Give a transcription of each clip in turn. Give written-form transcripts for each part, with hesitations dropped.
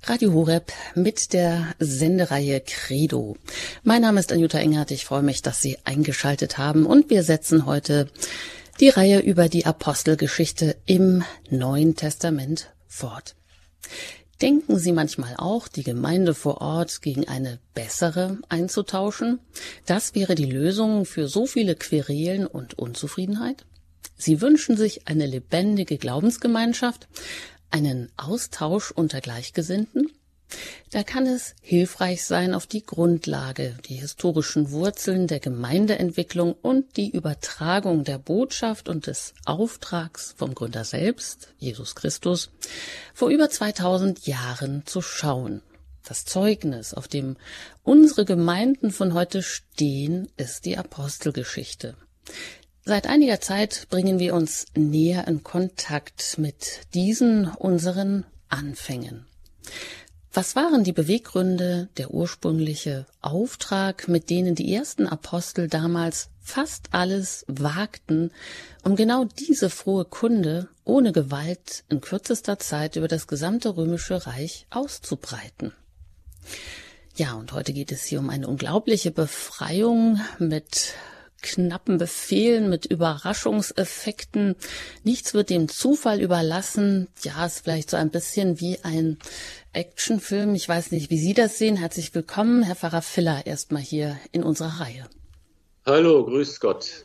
Radio Horeb mit der Sendereihe Credo. Mein Name ist Anjuta Engert, ich freue mich, dass Sie eingeschaltet haben und wir setzen heute die Reihe über die Apostelgeschichte im Neuen Testament fort. Denken Sie manchmal auch, die Gemeinde vor Ort gegen eine bessere einzutauschen? Das wäre die Lösung für so viele Querelen und Unzufriedenheit? Sie wünschen sich eine lebendige Glaubensgemeinschaft, einen Austausch unter Gleichgesinnten? Da kann es hilfreich sein, auf die Grundlage, die historischen Wurzeln der Gemeindeentwicklung und die Übertragung der Botschaft und des Auftrags vom Gründer selbst, Jesus Christus, vor über 2000 Jahren zu schauen. Das Zeugnis, auf dem unsere Gemeinden von heute stehen, ist die Apostelgeschichte. Seit einiger Zeit bringen wir uns näher in Kontakt mit diesen unseren Anfängen. Was waren die Beweggründe, der ursprüngliche Auftrag, mit denen die ersten Apostel damals fast alles wagten, um genau diese frohe Kunde ohne Gewalt in kürzester Zeit über das gesamte römische Reich auszubreiten? Ja, und heute geht es hier um eine unglaubliche Befreiung mit knappen Befehlen, mit Überraschungseffekten. Nichts wird dem Zufall überlassen. Ja, ist vielleicht so ein bisschen wie ein Actionfilm. Ich weiß nicht, wie Sie das sehen. Herzlich willkommen, Herr Pfarrer Viller, erstmal hier in unserer Reihe. Hallo, grüß Gott.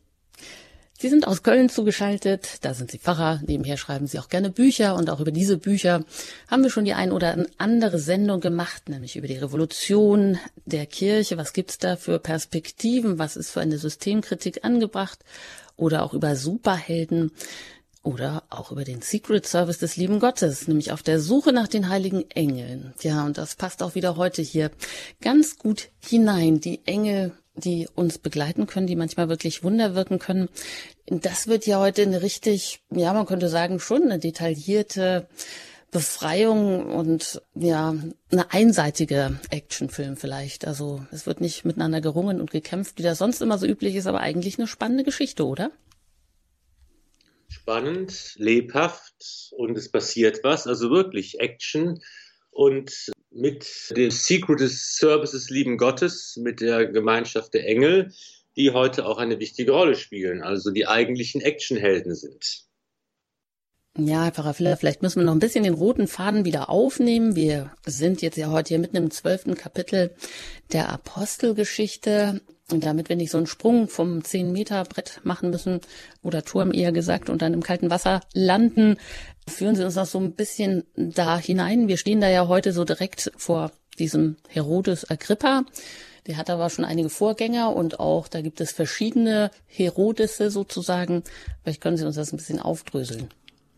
Sie sind aus Köln zugeschaltet, da sind Sie Pfarrer, nebenher schreiben Sie auch gerne Bücher und auch über diese Bücher haben wir schon die ein oder andere Sendung gemacht, nämlich über die Revolution der Kirche. Was gibt's da für Perspektiven, was ist für eine Systemkritik angebracht oder auch über Superhelden oder auch über den Secret Service des lieben Gottes, nämlich auf der Suche nach den heiligen Engeln. Ja, und das passt auch wieder heute hier ganz gut hinein, die Engel, die uns begleiten können, die manchmal wirklich Wunder wirken können. Das wird ja heute eine richtig, ja, man könnte sagen, schon eine detaillierte Befreiung und ja, eine einseitige Actionfilm vielleicht. Also es wird nicht miteinander gerungen und gekämpft, wie das sonst immer so üblich ist, aber eigentlich eine spannende Geschichte, oder? Spannend, lebhaft und es passiert was, also wirklich Action und mit dem Secret Service des lieben Gottes, mit der Gemeinschaft der Engel, die heute auch eine wichtige Rolle spielen, also die eigentlichen Actionhelden sind. Ja, Herr Pfarrer Viller, vielleicht müssen wir noch ein bisschen den roten Faden wieder aufnehmen. Wir sind jetzt ja heute hier mitten im 12. Kapitel der Apostelgeschichte. Und damit wir nicht so einen Sprung vom 10-Meter-Brett machen müssen, oder Turm eher gesagt, und dann im kalten Wasser landen, führen Sie uns noch so ein bisschen da hinein. Wir stehen da ja heute so direkt vor diesem Herodes Agrippa. Der hat aber schon einige Vorgänger und auch da gibt es verschiedene Herodesse sozusagen. Vielleicht können Sie uns das ein bisschen aufdröseln.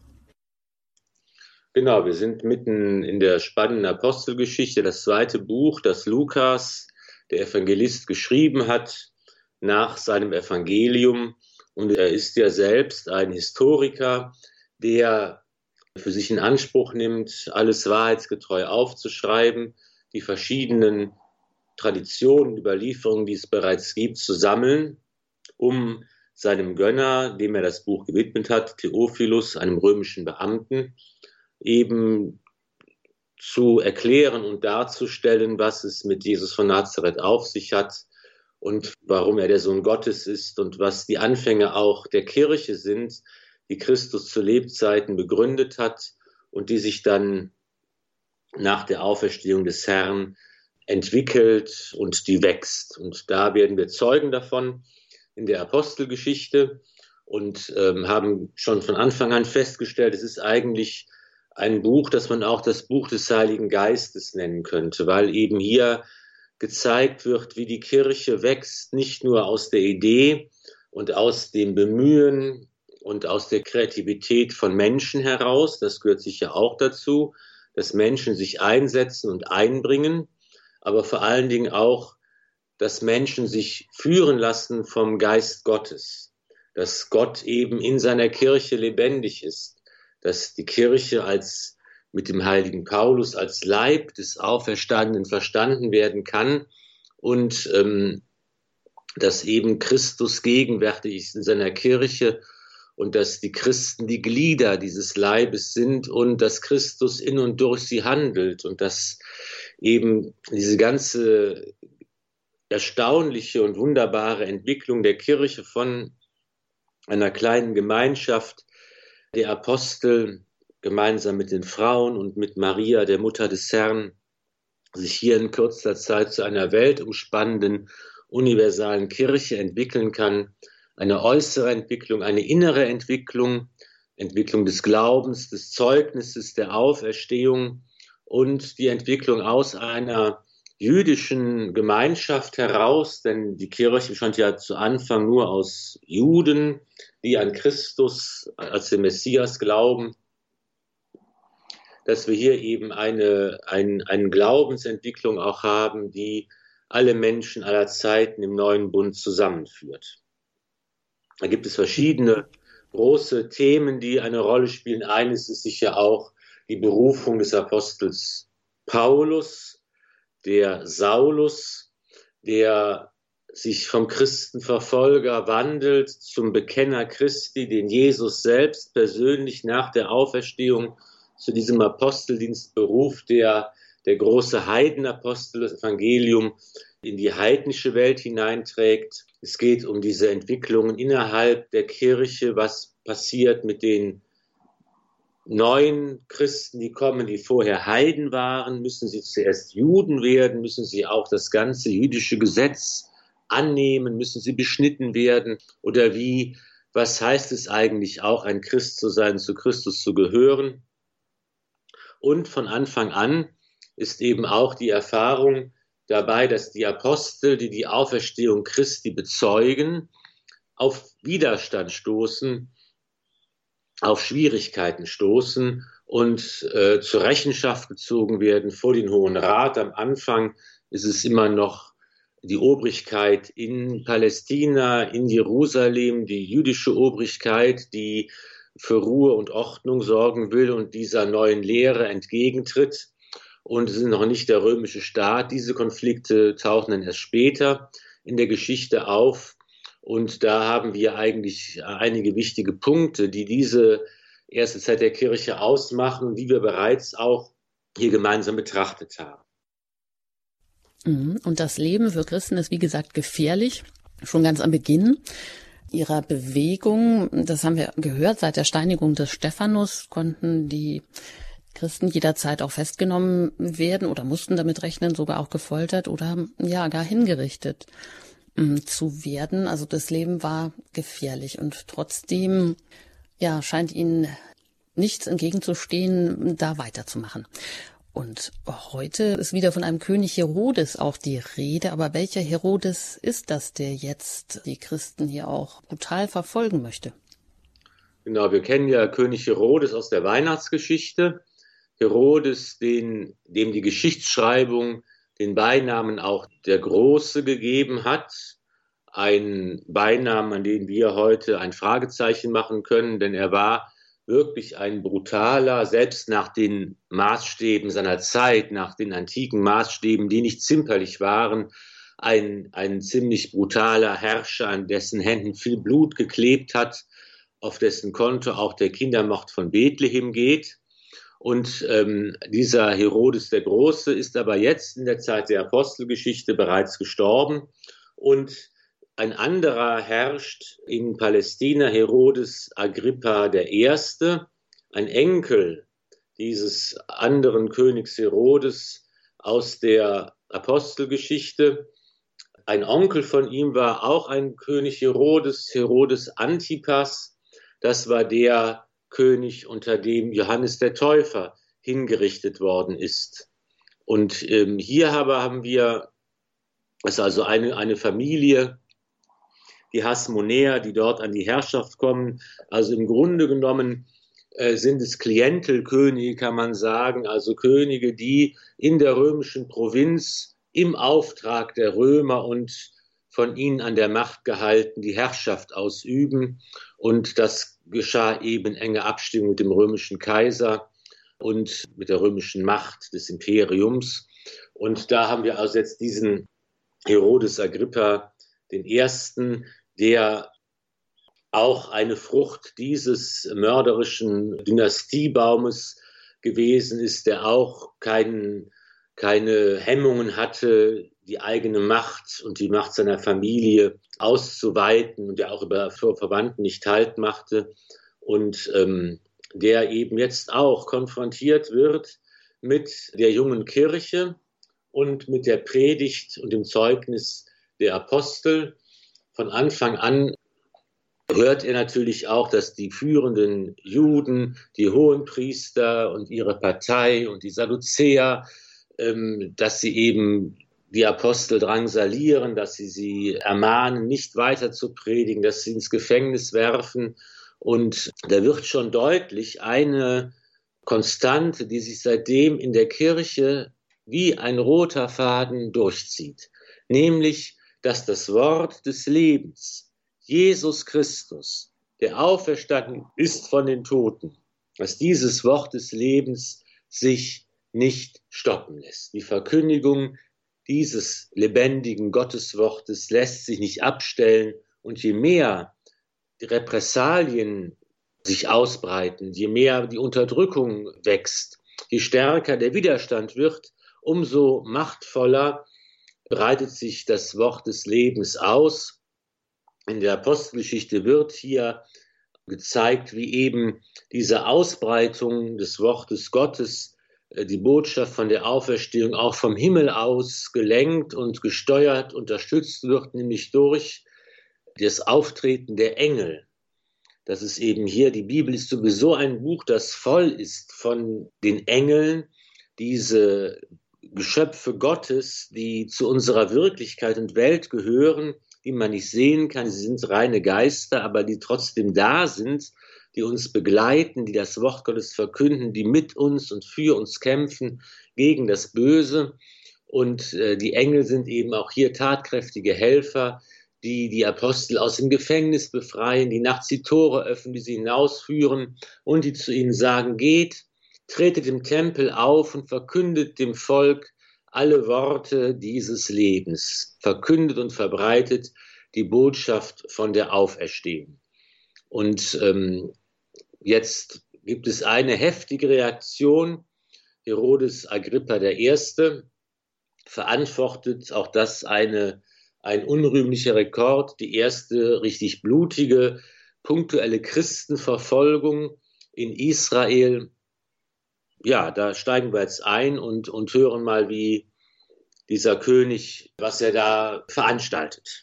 Genau, wir sind mitten in der spannenden Apostelgeschichte, das zweite Buch, das Lukas, der Evangelist, geschrieben hat nach seinem Evangelium. Und er ist ja selbst ein Historiker, der für sich in Anspruch nimmt, alles wahrheitsgetreu aufzuschreiben, die verschiedenen Traditionen, Überlieferungen, die es bereits gibt, zu sammeln, um seinem Gönner, dem er das Buch gewidmet hat, Theophilus, einem römischen Beamten, eben zu erklären und darzustellen, was es mit Jesus von Nazareth auf sich hat und warum er der Sohn Gottes ist und was die Anfänge auch der Kirche sind, die Christus zu Lebzeiten begründet hat und die sich dann nach der Auferstehung des Herrn entwickelt und die wächst. Und da werden wir Zeugen davon in der Apostelgeschichte und haben schon von Anfang an festgestellt, es ist eigentlich ein Buch, das man auch das Buch des Heiligen Geistes nennen könnte, weil eben hier gezeigt wird, wie die Kirche wächst, nicht nur aus der Idee und aus dem Bemühen und aus der Kreativität von Menschen heraus, das gehört sicher auch dazu, dass Menschen sich einsetzen und einbringen, aber vor allen Dingen auch, dass Menschen sich führen lassen vom Geist Gottes, dass Gott eben in seiner Kirche lebendig ist, dass die Kirche als mit dem heiligen Paulus als Leib des Auferstandenen verstanden werden kann und dass eben Christus gegenwärtig ist in seiner Kirche und dass die Christen die Glieder dieses Leibes sind und dass Christus in und durch sie handelt und dass eben diese ganze erstaunliche und wunderbare Entwicklung der Kirche von einer kleinen Gemeinschaft der Apostel gemeinsam mit den Frauen und mit Maria, der Mutter des Herrn, sich hier in kürzester Zeit zu einer weltumspannenden, universalen Kirche entwickeln kann. Eine äußere Entwicklung, eine innere Entwicklung, Entwicklung des Glaubens, des Zeugnisses, der Auferstehung und die Entwicklung aus einer jüdischen Gemeinschaft heraus, denn die Kirche bestand ja zu Anfang nur aus Juden, die an Christus als den Messias glauben, dass wir hier eben eine Glaubensentwicklung auch haben, die alle Menschen aller Zeiten im neuen Bund zusammenführt. Da gibt es verschiedene große Themen, die eine Rolle spielen. Eines ist sicher auch die Berufung des Apostels Paulus, der Saulus, der sich vom Christenverfolger wandelt zum Bekenner Christi, den Jesus selbst persönlich nach der Auferstehung zu diesem Aposteldienst beruft, der große Heidenapostel, das Evangelium in die heidnische Welt hineinträgt. Es geht um diese Entwicklungen innerhalb der Kirche, was passiert mit den neuen Christen, die kommen, die vorher Heiden waren. Müssen sie zuerst Juden werden? Müssen sie auch das ganze jüdische Gesetz annehmen? Müssen sie beschnitten werden? Oder wie? Was heißt es eigentlich auch, ein Christ zu sein, zu Christus zu gehören? Und von Anfang an ist eben auch die Erfahrung dabei, dass die Apostel, die die Auferstehung Christi bezeugen, auf Widerstand stoßen, auf Schwierigkeiten stoßen und zur Rechenschaft gezogen werden vor den Hohen Rat. Am Anfang ist es immer noch die Obrigkeit in Palästina, in Jerusalem, die jüdische Obrigkeit, die für Ruhe und Ordnung sorgen will und dieser neuen Lehre entgegentritt. Und es ist noch nicht der römische Staat. Diese Konflikte tauchen dann erst später in der Geschichte auf. Und da haben wir eigentlich einige wichtige Punkte, die diese erste Zeit der Kirche ausmachen und die wir bereits auch hier gemeinsam betrachtet haben. Und das Leben für Christen ist, wie gesagt, gefährlich, schon ganz am Beginn ihrer Bewegung. Das haben wir gehört, seit der Steinigung des Stephanus konnten die Christen jederzeit auch festgenommen werden oder mussten damit rechnen, sogar auch gefoltert oder ja gar hingerichtet zu werden. Also das Leben war gefährlich und trotzdem ja scheint ihnen nichts entgegenzustehen, da weiterzumachen. Und heute ist wieder von einem König Herodes auch die Rede. Aber welcher Herodes ist das, der jetzt die Christen hier auch brutal verfolgen möchte? Genau, wir kennen ja König Herodes aus der Weihnachtsgeschichte. Herodes, dem die Geschichtsschreibung den Beinamen auch der Große gegeben hat. Ein Beinamen, an den wir heute ein Fragezeichen machen können, denn er war wirklich ein brutaler, selbst nach den Maßstäben seiner Zeit, nach den antiken Maßstäben, die nicht zimperlich waren, ein ziemlich brutaler Herrscher, an dessen Händen viel Blut geklebt hat, auf dessen Konto auch der Kindermord von Bethlehem geht. Und dieser Herodes der Große ist aber jetzt in der Zeit der Apostelgeschichte bereits gestorben und ein anderer herrscht in Palästina, Herodes Agrippa I., ein Enkel dieses anderen Königs Herodes aus der Apostelgeschichte. Ein Onkel von ihm war auch ein König Herodes, Herodes Antipas. Das war der König, unter dem Johannes der Täufer hingerichtet worden ist. Und hier haben wir, es ist also eine Familie, die Hasmonäer, die dort an die Herrschaft kommen. Also im Grunde genommen sind es Klientelkönige, kann man sagen, also Könige, die in der römischen Provinz im Auftrag der Römer und von ihnen an der Macht gehalten die Herrschaft ausüben. Und das geschah eben in enger Abstimmung mit dem römischen Kaiser und mit der römischen Macht des Imperiums. Und da haben wir also jetzt diesen Herodes Agrippa I., der auch eine Frucht dieses mörderischen Dynastiebaumes gewesen ist, der auch keine Hemmungen hatte, die eigene Macht und die Macht seiner Familie auszuweiten und der auch über Verwandten nicht Halt machte und der eben jetzt auch konfrontiert wird mit der jungen Kirche und mit der Predigt und dem Zeugnis der Apostel. Von Anfang an hört er natürlich auch, dass die führenden Juden, die Hohenpriester und ihre Partei und die Sadduzäer, dass sie eben die Apostel drangsalieren, dass sie ermahnen, nicht weiter zu predigen, dass sie ins Gefängnis werfen. Und da wird schon deutlich eine Konstante, die sich seitdem in der Kirche wie ein roter Faden durchzieht, nämlich, dass das Wort des Lebens, Jesus Christus, der auferstanden ist von den Toten, dass dieses Wort des Lebens sich nicht stoppen lässt. Die Verkündigung dieses lebendigen Gotteswortes lässt sich nicht abstellen. Und je mehr die Repressalien sich ausbreiten, je mehr die Unterdrückung wächst, je stärker der Widerstand wird, umso machtvoller breitet sich das Wort des Lebens aus. In der Apostelgeschichte wird hier gezeigt, wie eben diese Ausbreitung des Wortes Gottes, die Botschaft von der Auferstehung auch vom Himmel aus gelenkt und gesteuert, unterstützt wird, nämlich durch das Auftreten der Engel. Das ist eben hier, die Bibel ist sowieso ein Buch, das voll ist von den Engeln, diese Geschöpfe Gottes, die zu unserer Wirklichkeit und Welt gehören, die man nicht sehen kann. Sie sind reine Geister, aber die trotzdem da sind, die uns begleiten, die das Wort Gottes verkünden, die mit uns und für uns kämpfen gegen das Böse. Und die Engel sind eben auch hier tatkräftige Helfer, die die Apostel aus dem Gefängnis befreien, die nachts die Tore öffnen, die sie hinausführen und die zu ihnen sagen, geht, tretet im Tempel auf und verkündet dem Volk alle Worte dieses Lebens, verkündet und verbreitet die Botschaft von der Auferstehung. Und jetzt gibt es eine heftige Reaktion. Herodes Agrippa I. verantwortet auch das ein unrühmlicher Rekord, die erste richtig blutige, punktuelle Christenverfolgung in Israel. Ja, da steigen wir jetzt ein und hören mal, wie dieser König, was er da veranstaltet.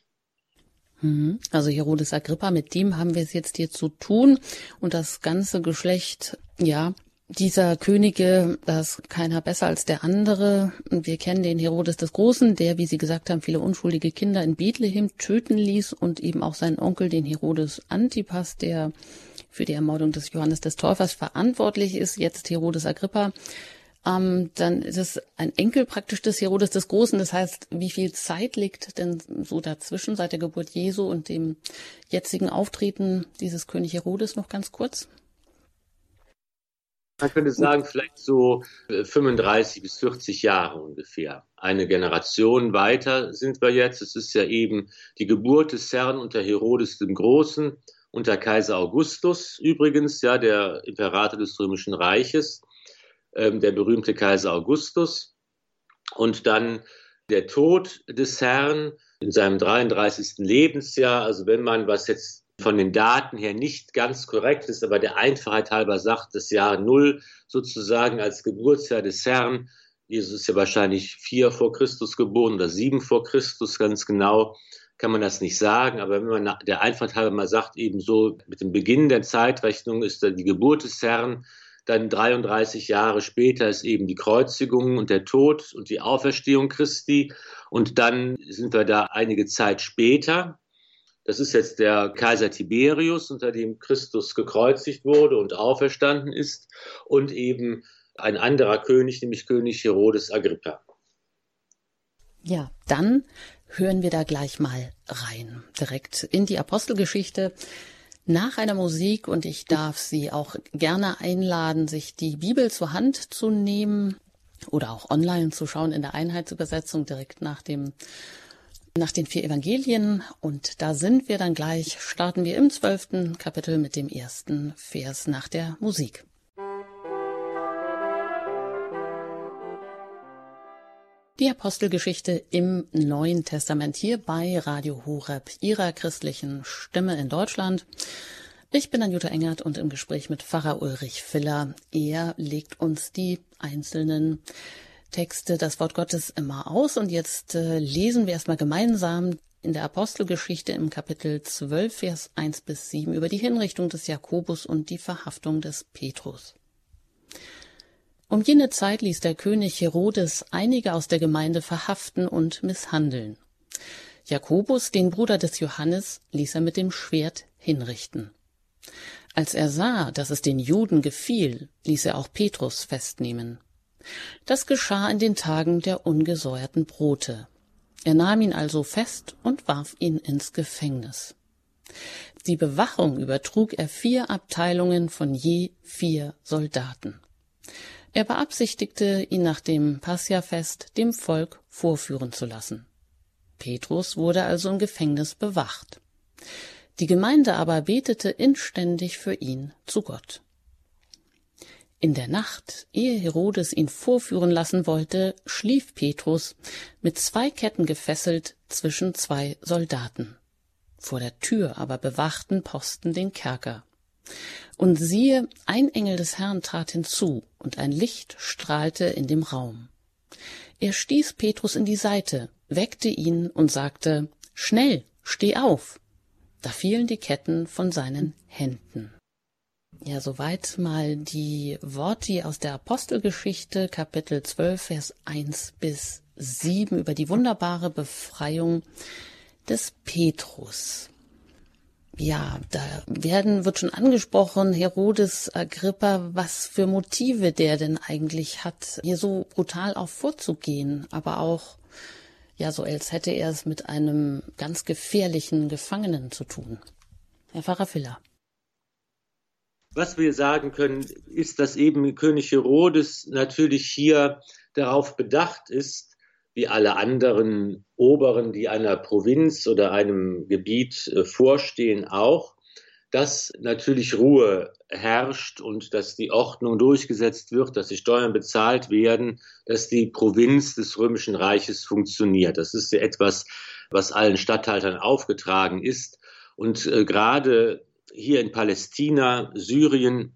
Also Herodes Agrippa, mit dem haben wir es jetzt hier zu tun. Und das ganze Geschlecht, ja, dieser Könige, das ist keiner besser als der andere. Wir kennen den Herodes des Großen, der, wie Sie gesagt haben, viele unschuldige Kinder in Bethlehem töten ließ und eben auch seinen Onkel, den Herodes Antipas, der für die Ermordung des Johannes des Täufers verantwortlich ist, jetzt Herodes Agrippa. Dann ist es ein Enkel praktisch des Herodes des Großen. Das heißt, wie viel Zeit liegt denn so dazwischen seit der Geburt Jesu und dem jetzigen Auftreten dieses König Herodes noch ganz kurz? Man könnte sagen, vielleicht so 35 bis 40 Jahre ungefähr. Eine Generation weiter sind wir jetzt. Es ist ja eben die Geburt des Herrn unter Herodes dem Großen, unter Kaiser Augustus übrigens, ja, der Imperator des Römischen Reiches, der berühmte Kaiser Augustus. Und dann der Tod des Herrn in seinem 33. Lebensjahr. Also wenn man, was jetzt von den Daten her nicht ganz korrekt ist, aber der Einfachheit halber sagt, das Jahr 0 sozusagen als Geburtsjahr des Herrn. Jesus ist ja wahrscheinlich 4 vor Christus geboren oder 7 vor Christus, ganz genau kann man das nicht sagen. Aber wenn man der Einfachheit halber mal sagt, eben so mit dem Beginn der Zeitrechnung ist dann die Geburt des Herrn, dann 33 Jahre später ist eben die Kreuzigung und der Tod und die Auferstehung Christi. Und dann sind wir da einige Zeit später. Das ist jetzt der Kaiser Tiberius, unter dem Christus gekreuzigt wurde und auferstanden ist. Und eben ein anderer König, nämlich König Herodes Agrippa. Ja, dann hören wir da gleich mal rein, direkt in die Apostelgeschichte. Nach einer Musik, und ich darf Sie auch gerne einladen, sich die Bibel zur Hand zu nehmen oder auch online zu schauen in der Einheitsübersetzung direkt nach dem Nach den 4 Evangelien, und da sind wir dann gleich, starten wir im 12. Kapitel mit dem ersten Vers nach der Musik. Die Apostelgeschichte im Neuen Testament hier bei Radio Horeb, Ihrer christlichen Stimme in Deutschland. Ich bin Anjuta Engert und im Gespräch mit Pfarrer Ulrich Filler. Er legt uns die einzelnen Texte, das Wort Gottes immer aus. Und jetzt lesen wir erstmal gemeinsam in der Apostelgeschichte im Kapitel 12, Vers 1 bis 7 über die Hinrichtung des Jakobus und die Verhaftung des Petrus. Um jene Zeit ließ der König Herodes einige aus der Gemeinde verhaften und misshandeln. Jakobus, den Bruder des Johannes, ließ er mit dem Schwert hinrichten. Als er sah, dass es den Juden gefiel, ließ er auch Petrus festnehmen. Das geschah in den Tagen der ungesäuerten Brote. Er nahm ihn also fest und warf ihn ins Gefängnis. Die Bewachung übertrug er 4 Abteilungen von je 4 Soldaten. Er beabsichtigte, ihn nach dem Passiafest dem Volk vorführen zu lassen. Petrus wurde also im Gefängnis bewacht. Die Gemeinde aber betete inständig für ihn zu Gott. In der Nacht, ehe Herodes ihn vorführen lassen wollte, schlief Petrus, mit 2 Ketten gefesselt, zwischen 2 Soldaten. Vor der Tür aber bewachten Posten den Kerker. Und siehe, ein Engel des Herrn trat hinzu, und ein Licht strahlte in dem Raum. Er stieß Petrus in die Seite, weckte ihn und sagte: »Schnell, steh auf!« Da fielen die Ketten von seinen Händen. Ja, soweit mal die Worte aus der Apostelgeschichte, Kapitel 12, Vers 1 bis 7, über die wunderbare Befreiung des Petrus. Ja, da wird schon angesprochen, Herodes Agrippa, was für Motive der denn eigentlich hat, hier so brutal auch vorzugehen, aber auch, ja, so als hätte er es mit einem ganz gefährlichen Gefangenen zu tun. Herr Pfarrer Filler. Was wir sagen können, ist, dass eben König Herodes natürlich hier darauf bedacht ist, wie alle anderen Oberen, die einer Provinz oder einem Gebiet vorstehen, auch, dass natürlich Ruhe herrscht und dass die Ordnung durchgesetzt wird, dass die Steuern bezahlt werden, dass die Provinz des Römischen Reiches funktioniert. Das ist ja etwas, was allen Statthaltern aufgetragen ist. Und gerade hier in Palästina, Syrien,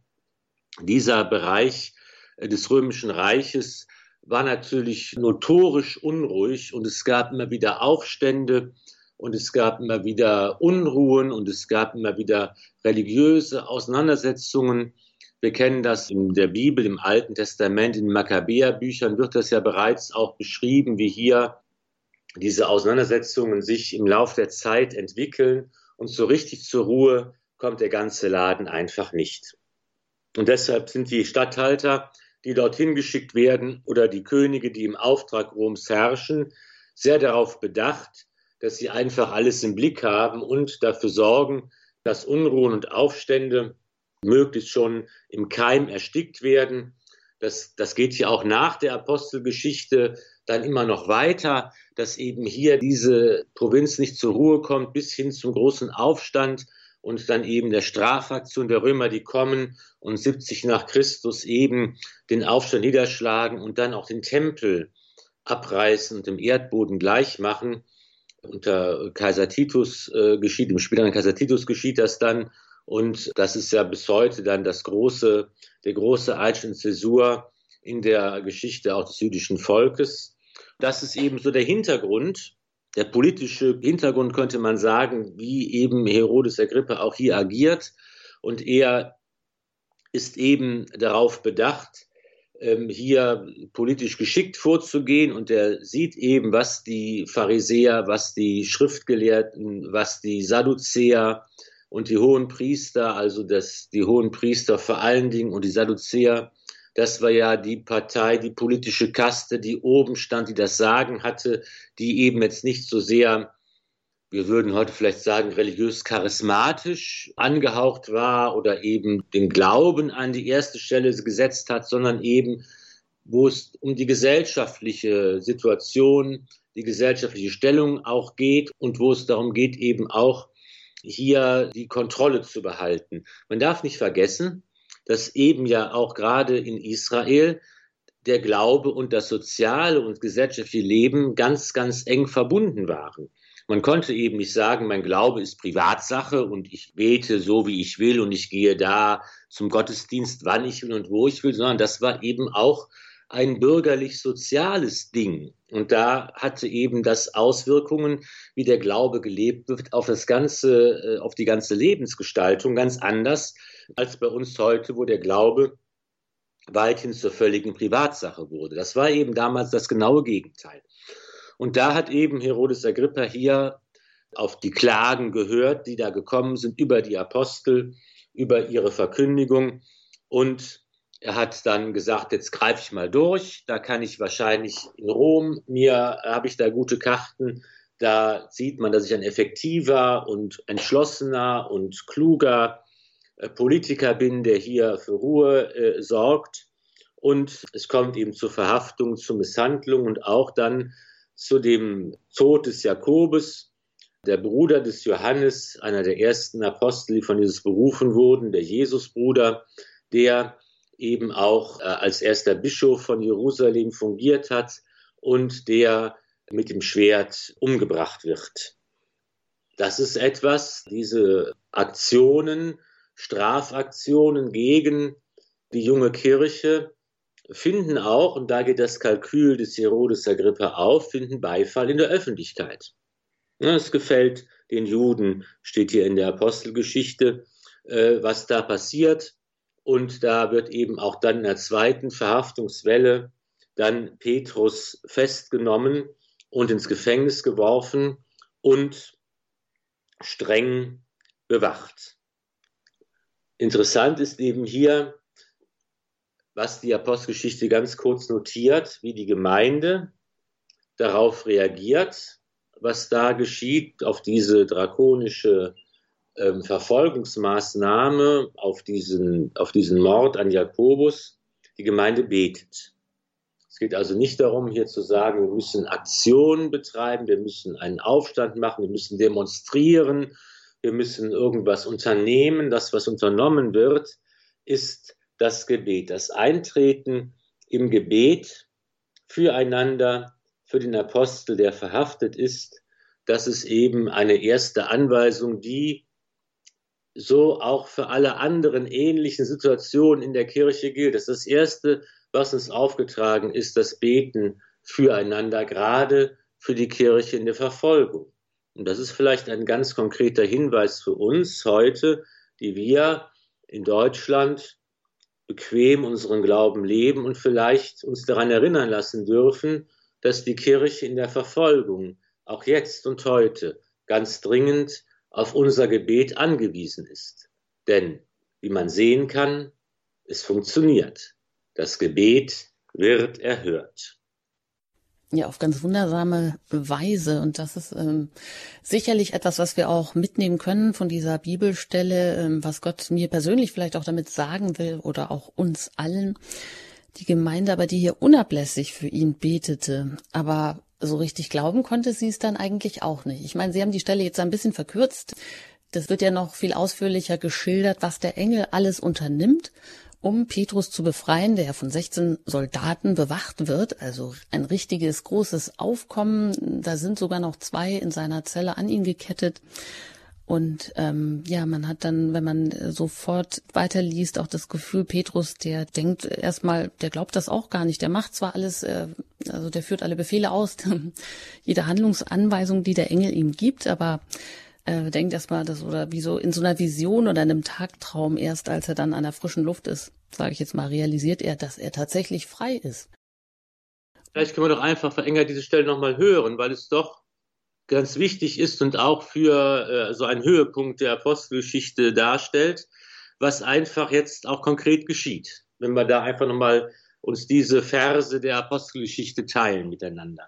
dieser Bereich des Römischen Reiches war natürlich notorisch unruhig und es gab immer wieder Aufstände und es gab immer wieder Unruhen und es gab immer wieder religiöse Auseinandersetzungen. Wir kennen das in der Bibel, im Alten Testament, in den Makkabäerbüchern wird das ja bereits auch beschrieben, wie hier diese Auseinandersetzungen sich im Laufe der Zeit entwickeln und so richtig zur Ruhe kommt der ganze Laden einfach nicht. Und deshalb sind die Statthalter, die dorthin geschickt werden, oder die Könige, die im Auftrag Roms herrschen, sehr darauf bedacht, dass sie einfach alles im Blick haben und dafür sorgen, dass Unruhen und Aufstände möglichst schon im Keim erstickt werden. Das geht ja auch nach der Apostelgeschichte dann immer noch weiter, dass eben hier diese Provinz nicht zur Ruhe kommt, bis hin zum großen Aufstand und dann eben der Strafaktion der Römer, die kommen und 70 nach Christus eben den Aufstand niederschlagen und dann auch den Tempel abreißen und dem Erdboden gleich machen. Unter Kaiser Titus im späteren Kaiser Titus geschieht das dann. Und das ist ja bis heute dann der große Einschnitt, Zäsur in der Geschichte auch des jüdischen Volkes. Das ist eben so der Hintergrund. Der politische Hintergrund, könnte man sagen, wie eben Herodes Agrippa auch hier agiert. Und er ist eben darauf bedacht, hier politisch geschickt vorzugehen. Und er sieht eben, was die Pharisäer, was die Schriftgelehrten, was die Sadduzäer und die Hohenpriester, also die Hohenpriester vor allen Dingen und die Sadduzäer, das war ja die Partei, die politische Kaste, die oben stand, die das Sagen hatte, die eben jetzt nicht so sehr, wir würden heute vielleicht sagen, religiös charismatisch angehaucht war oder eben den Glauben an die erste Stelle gesetzt hat, sondern eben, wo es um die gesellschaftliche Situation die gesellschaftliche Stellung auch geht und wo es darum geht, eben auch hier die Kontrolle zu behalten. Man darf nicht vergessen, dass eben ja auch gerade in Israel der Glaube und das soziale und gesellschaftliche Leben ganz, ganz eng verbunden waren. Man konnte eben nicht sagen, mein Glaube ist Privatsache und ich bete so, wie ich will und ich gehe da zum Gottesdienst, wann ich will und wo ich will, sondern das war eben auch ein bürgerlich-soziales Ding. Und da hatte eben das Auswirkungen, wie der Glaube gelebt wird, auf auf die ganze Lebensgestaltung, ganz anders als bei uns heute, wo der Glaube weithin zur völligen Privatsache wurde. Das war eben damals das genaue Gegenteil. Und da hat eben Herodes Agrippa hier auf die Klagen gehört, die da gekommen sind über die Apostel, über ihre Verkündigung. Und er hat dann gesagt, jetzt greife ich mal durch, da kann ich wahrscheinlich in Rom, habe ich da gute Karten, da sieht man, dass ich ein effektiver und entschlossener und kluger Politiker bin, der hier für Ruhe sorgt. Und es kommt eben zur Verhaftung, zur Misshandlung und auch dann zu dem Tod des Jakobus, der Bruder des Johannes, einer der ersten Apostel, die von Jesus berufen wurden, der Jesusbruder, der eben auch als erster Bischof von Jerusalem fungiert hat und der mit dem Schwert umgebracht wird. Das ist etwas, diese Aktionen, Strafaktionen gegen die junge Kirche finden auch, und da geht das Kalkül des Herodes Agrippa auf, finden Beifall in der Öffentlichkeit. Es gefällt den Juden, steht hier in der Apostelgeschichte, was da passiert. Und da wird eben auch dann in der zweiten Verhaftungswelle dann Petrus festgenommen und ins Gefängnis geworfen und streng bewacht. Interessant ist eben hier, was die Apostelgeschichte ganz kurz notiert, wie die Gemeinde darauf reagiert, was da geschieht, auf diese drakonische Verfolgungsmaßnahme, auf diesen Mord an Jakobus. Die Gemeinde betet. Es geht also nicht darum, hier zu sagen, wir müssen Aktionen betreiben, wir müssen einen Aufstand machen, wir müssen demonstrieren, wir müssen irgendwas unternehmen. Das, was unternommen wird, ist das Gebet, das Eintreten im Gebet füreinander, für den Apostel, der verhaftet ist. Das ist eben eine erste Anweisung, die so auch für alle anderen ähnlichen Situationen in der Kirche gilt. Das ist das Erste, was uns aufgetragen ist, das Beten füreinander, gerade für die Kirche in der Verfolgung. Und das ist vielleicht ein ganz konkreter Hinweis für uns heute, die wir in Deutschland bequem unseren Glauben leben und vielleicht uns daran erinnern lassen dürfen, dass die Kirche in der Verfolgung auch jetzt und heute ganz dringend auf unser Gebet angewiesen ist. Denn, wie man sehen kann, es funktioniert. Das Gebet wird erhört. Ja, auf ganz wundersame Weise. Und das ist sicherlich etwas, was wir auch mitnehmen können von dieser Bibelstelle, was Gott mir persönlich vielleicht auch damit sagen will oder auch uns allen. Die Gemeinde aber, die hier unablässig für ihn betete, aber so richtig glauben konnte sie es dann eigentlich auch nicht. Ich meine, Sie haben die Stelle jetzt ein bisschen verkürzt. Das wird ja noch viel ausführlicher geschildert, was der Engel alles unternimmt, um Petrus zu befreien, der von 16 Soldaten bewacht wird. Also ein richtiges, großes Aufkommen. Da sind sogar noch 2 in seiner Zelle an ihn gekettet. Und man hat dann, wenn man sofort weiterliest, auch das Gefühl, Petrus, der denkt erstmal, der glaubt das auch gar nicht. Der macht zwar alles, also der führt alle Befehle aus, jede Handlungsanweisung, die der Engel ihm gibt, aber denkt erstmal, das oder wie so in so einer Vision oder einem Tagtraum, erst als er dann an der frischen Luft ist, sage ich jetzt mal, realisiert er, dass er tatsächlich frei ist. Vielleicht können wir doch einfach verengert diese Stelle nochmal hören, weil es doch ganz wichtig ist und auch für so einen Höhepunkt der Apostelgeschichte darstellt, was einfach jetzt auch konkret geschieht, wenn wir da einfach nochmal uns diese Verse der Apostelgeschichte teilen miteinander.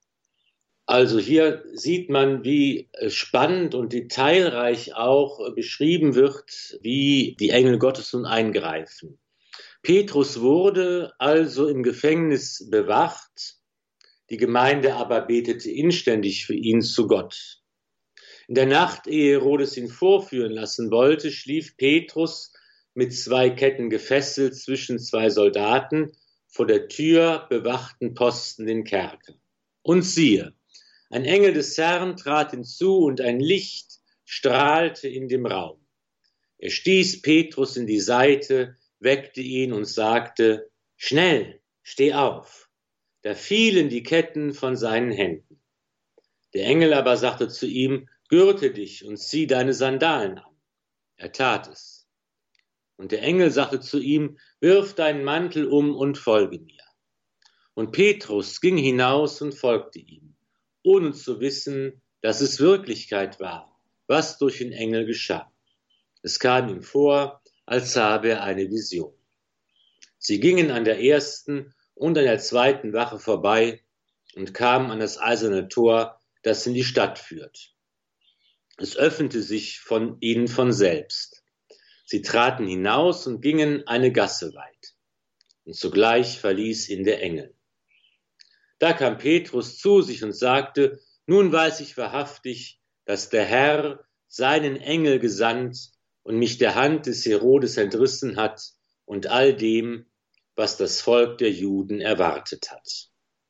Also hier sieht man, wie spannend und detailreich auch beschrieben wird, wie die Engel Gottes nun eingreifen. Petrus wurde also im Gefängnis bewacht, Die Gemeinde aber betete inständig für ihn zu Gott. In der Nacht, ehe Herodes ihn vorführen lassen wollte, schlief Petrus mit 2 Ketten gefesselt zwischen 2 Soldaten vor der Tür bewachten Posten den Kerker. Und siehe, ein Engel des Herrn trat hinzu und ein Licht strahlte in dem Raum. Er stieß Petrus in die Seite, weckte ihn und sagte: Schnell, steh auf. Da fielen die Ketten von seinen Händen. Der Engel aber sagte zu ihm: Gürte dich und zieh deine Sandalen an. Er tat es. Und der Engel sagte zu ihm: Wirf deinen Mantel um und folge mir. Und Petrus ging hinaus und folgte ihm, ohne zu wissen, dass es Wirklichkeit war, was durch den Engel geschah. Es kam ihm vor, als habe er eine Vision. Sie gingen an der ersten und an der zweiten Wache vorbei und kamen an das eiserne Tor, das in die Stadt führt. Es öffnete sich ihnen von selbst. Sie traten hinaus und gingen eine Gasse weit. Und sogleich verließ ihn der Engel. Da kam Petrus zu sich und sagte: Nun weiß ich wahrhaftig, dass der Herr seinen Engel gesandt und mich der Hand des Herodes entrissen hat und all dem, was das Volk der Juden erwartet hat.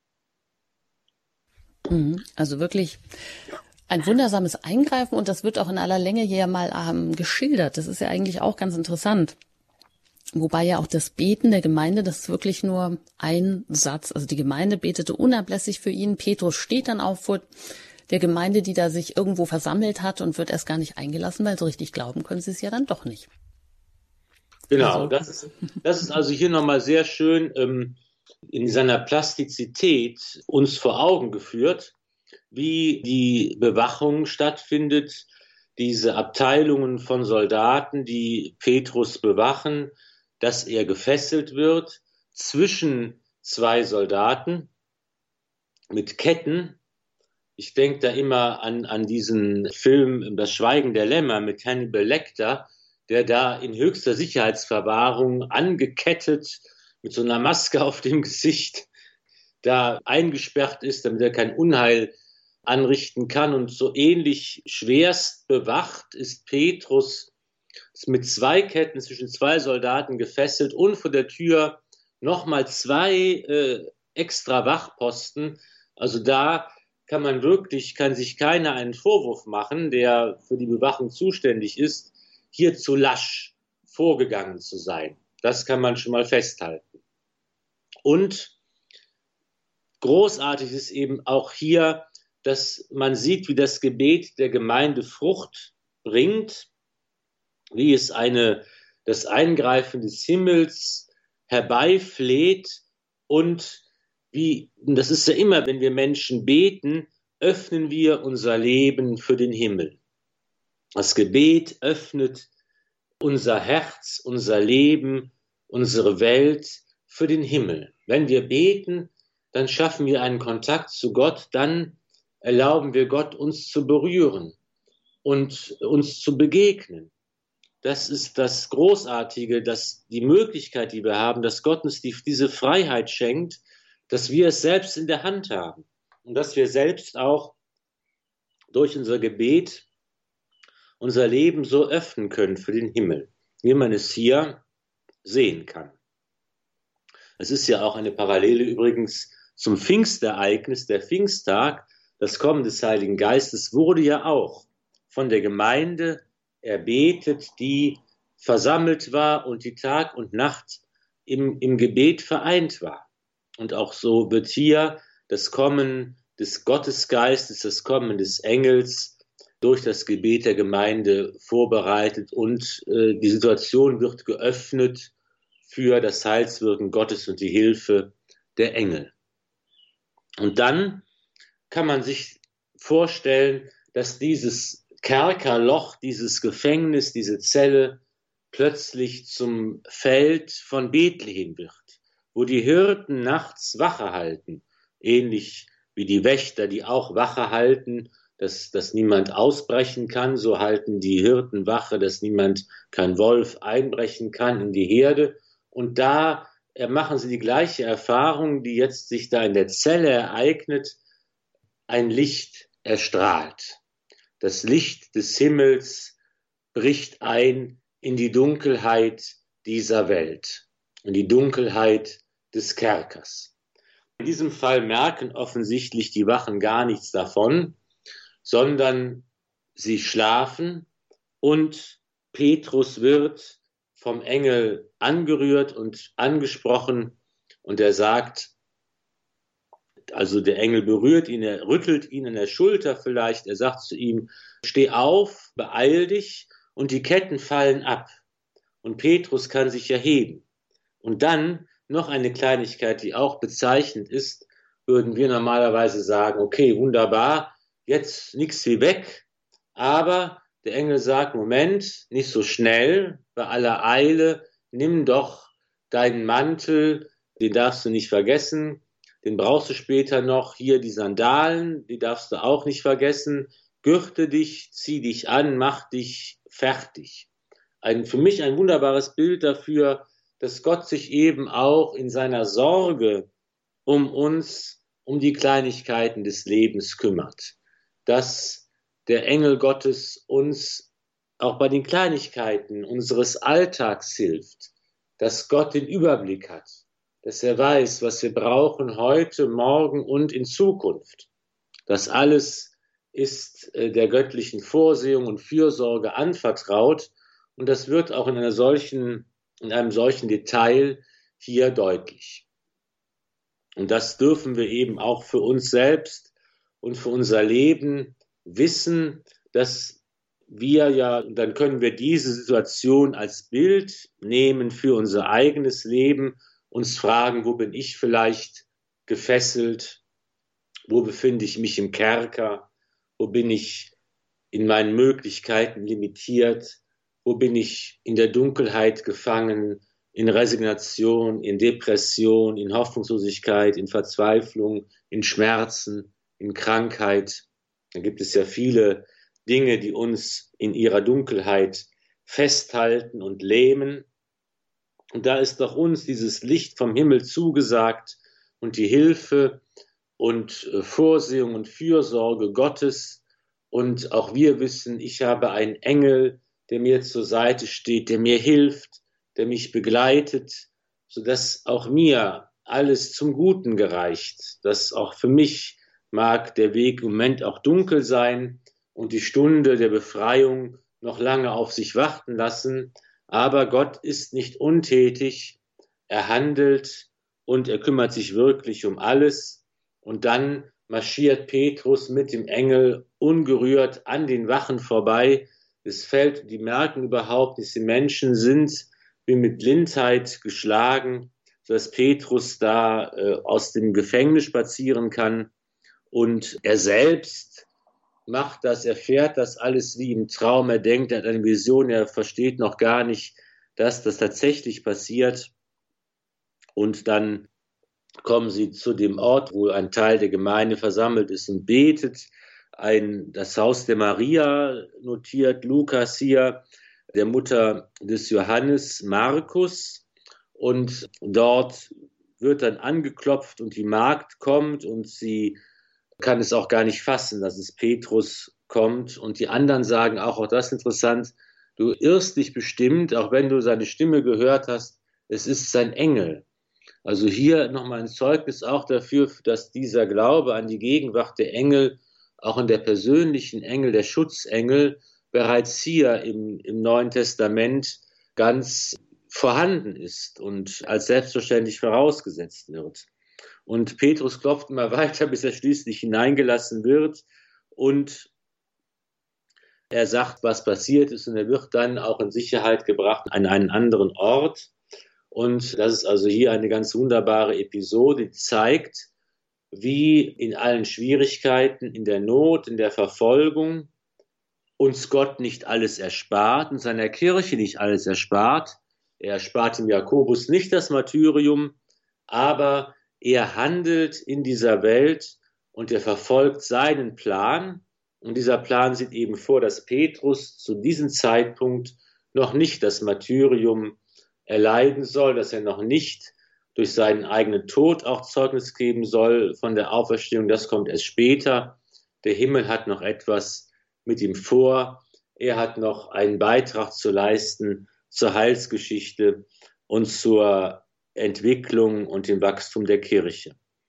Also wirklich ein wundersames Eingreifen, und das wird auch in aller Länge hier mal geschildert. Das ist ja eigentlich auch ganz interessant. Wobei ja auch das Beten der Gemeinde, das ist wirklich nur ein Satz. Also die Gemeinde betete unablässig für ihn. Petrus steht dann auf vor der Gemeinde, die da sich irgendwo versammelt hat, und wird erst gar nicht eingelassen, weil so richtig glauben können sie es ja dann doch nicht. Genau, das ist also hier nochmal sehr schön in seiner Plastizität uns vor Augen geführt, wie die Bewachung stattfindet, diese Abteilungen von Soldaten, die Petrus bewachen, dass er gefesselt wird zwischen 2 Soldaten mit Ketten. Ich denke da immer an diesen Film Das Schweigen der Lämmer mit Hannibal Lecter, der da in höchster Sicherheitsverwahrung angekettet mit so einer Maske auf dem Gesicht da eingesperrt ist, damit er kein Unheil anrichten kann. Und so ähnlich schwerst bewacht ist Petrus mit 2 Ketten zwischen 2 Soldaten gefesselt und vor der Tür nochmal 2 extra Wachposten. Also da kann sich keiner einen Vorwurf machen, der für die Bewachung zuständig ist, hier zu lasch vorgegangen zu sein. Das kann man schon mal festhalten. Und großartig ist eben auch hier, dass man sieht, wie das Gebet der Gemeinde Frucht bringt, wie es das Eingreifen des Himmels herbeifleht, und das ist ja immer, wenn wir Menschen beten, öffnen wir unser Leben für den Himmel. Das Gebet öffnet unser Herz, unser Leben, unsere Welt für den Himmel. Wenn wir beten, dann schaffen wir einen Kontakt zu Gott, dann erlauben wir Gott, uns zu berühren und uns zu begegnen. Das ist das Großartige, die Möglichkeit, die wir haben, dass Gott uns diese Freiheit schenkt, dass wir es selbst in der Hand haben und dass wir selbst auch durch unser Gebet unser Leben so öffnen können für den Himmel, wie man es hier sehen kann. Es ist ja auch eine Parallele übrigens zum Pfingstereignis. Der Pfingsttag, das Kommen des Heiligen Geistes, wurde ja auch von der Gemeinde erbetet, die versammelt war und die Tag und Nacht im Gebet vereint war. Und auch so wird hier das Kommen des Gottesgeistes, das Kommen des Engels durch das Gebet der Gemeinde vorbereitet, und die Situation wird geöffnet für das Heilswirken Gottes und die Hilfe der Engel. Und dann kann man sich vorstellen, dass dieses Kerkerloch, dieses Gefängnis, diese Zelle plötzlich zum Feld von Bethlehem wird, wo die Hirten nachts Wache halten, ähnlich wie die Wächter, die auch Wache halten, dass niemand ausbrechen kann. So halten die Hirten Wache, dass kein Wolf einbrechen kann in die Herde. Und da machen sie die gleiche Erfahrung, die jetzt sich da in der Zelle ereignet. Ein Licht erstrahlt. Das Licht des Himmels bricht ein in die Dunkelheit dieser Welt, in die Dunkelheit des Kerkers. In diesem Fall merken offensichtlich die Wachen gar nichts davon, sondern sie schlafen und Petrus wird vom Engel angerührt und angesprochen und er sagt, also der Engel berührt ihn, er rüttelt ihn an der Schulter vielleicht, er sagt zu ihm, steh auf, beeil dich und die Ketten fallen ab und Petrus kann sich erheben. Und dann noch eine Kleinigkeit, die auch bezeichnend ist, würden wir normalerweise sagen, okay, wunderbar, jetzt nichts wie weg, aber der Engel sagt, Moment, nicht so schnell, bei aller Eile, nimm doch deinen Mantel, den darfst du nicht vergessen, den brauchst du später noch, hier die Sandalen, die darfst du auch nicht vergessen, gürte dich, zieh dich an, mach dich fertig. Für mich ein wunderbares Bild dafür, dass Gott sich eben auch in seiner Sorge um uns, um die Kleinigkeiten des Lebens kümmert. Dass der Engel Gottes uns auch bei den Kleinigkeiten unseres Alltags hilft, dass Gott den Überblick hat, dass er weiß, was wir brauchen heute, morgen und in Zukunft. Das alles ist der göttlichen Vorsehung und Fürsorge anvertraut und das wird auch in einem solchen Detail hier deutlich. Und das dürfen wir eben auch für uns selbst und für unser Leben wissen, dass wir ja, dann können wir diese Situation als Bild nehmen für unser eigenes Leben, uns fragen, wo bin ich vielleicht gefesselt, wo befinde ich mich im Kerker, wo bin ich in meinen Möglichkeiten limitiert, wo bin ich in der Dunkelheit gefangen, in Resignation, in Depression, in Hoffnungslosigkeit, in Verzweiflung, in Schmerzen, in Krankheit. Da gibt es ja viele Dinge, die uns in ihrer Dunkelheit festhalten und lähmen. Und da ist doch uns dieses Licht vom Himmel zugesagt und die Hilfe und Vorsehung und Fürsorge Gottes. Und auch wir wissen, ich habe einen Engel, der mir zur Seite steht, der mir hilft, der mich begleitet, sodass auch mir alles zum Guten gereicht. Dass auch für mich mag der Weg im Moment auch dunkel sein und die Stunde der Befreiung noch lange auf sich warten lassen. Aber Gott ist nicht untätig, er handelt und er kümmert sich wirklich um alles. Und dann marschiert Petrus mit dem Engel ungerührt an den Wachen vorbei. Die merken überhaupt nicht, die Menschen sind wie mit Blindheit geschlagen, sodass Petrus da aus dem Gefängnis spazieren kann. Und er selbst macht das, er fährt das alles wie im Traum, er denkt, er hat eine Vision, er versteht noch gar nicht, dass das tatsächlich passiert. Und dann kommen sie zu dem Ort, wo ein Teil der Gemeinde versammelt ist und betet. Das Haus der Maria notiert Lukas hier, der Mutter des Johannes Markus. Und dort wird dann angeklopft und die Magd kommt und sie kann es auch gar nicht fassen, dass es Petrus kommt. Und die anderen sagen auch das ist interessant, du irrst dich bestimmt, auch wenn du seine Stimme gehört hast, es ist sein Engel. Also hier nochmal ein Zeugnis auch dafür, dass dieser Glaube an die Gegenwart der Engel, auch in der persönlichen Engel, der Schutzengel, bereits hier im Neuen Testament ganz vorhanden ist und als selbstverständlich vorausgesetzt wird. Und Petrus klopft immer weiter, bis er schließlich hineingelassen wird und er sagt, was passiert ist und er wird dann auch in Sicherheit gebracht an einen anderen Ort. Und das ist also hier eine ganz wunderbare Episode, die zeigt, wie in allen Schwierigkeiten, in der Not, in der Verfolgung uns Gott nicht alles erspart und seiner Kirche nicht alles erspart. Er erspart dem Jakobus nicht das Martyrium, aber er handelt in dieser Welt und er verfolgt seinen Plan. Und dieser Plan sieht eben vor, dass Petrus zu diesem Zeitpunkt noch nicht das Martyrium erleiden soll, dass er noch nicht durch seinen eigenen Tod auch Zeugnis geben soll von der Auferstehung. Das kommt erst später. Der Himmel hat noch etwas mit ihm vor. Er hat noch einen Beitrag zu leisten zur Heilsgeschichte und zur Entwicklung und dem Wachstum der Kirche.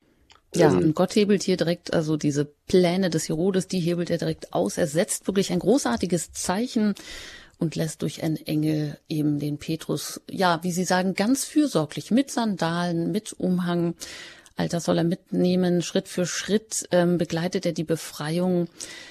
Ja, und Gott hebelt hier direkt, also diese Pläne des Herodes, die hebelt er direkt aus. Er setzt wirklich ein großartiges Zeichen und lässt durch einen Engel eben den Petrus, ja, wie Sie sagen, ganz fürsorglich mit Sandalen, mit Umhang. All das soll er mitnehmen. Schritt für Schritt begleitet er die Befreiung.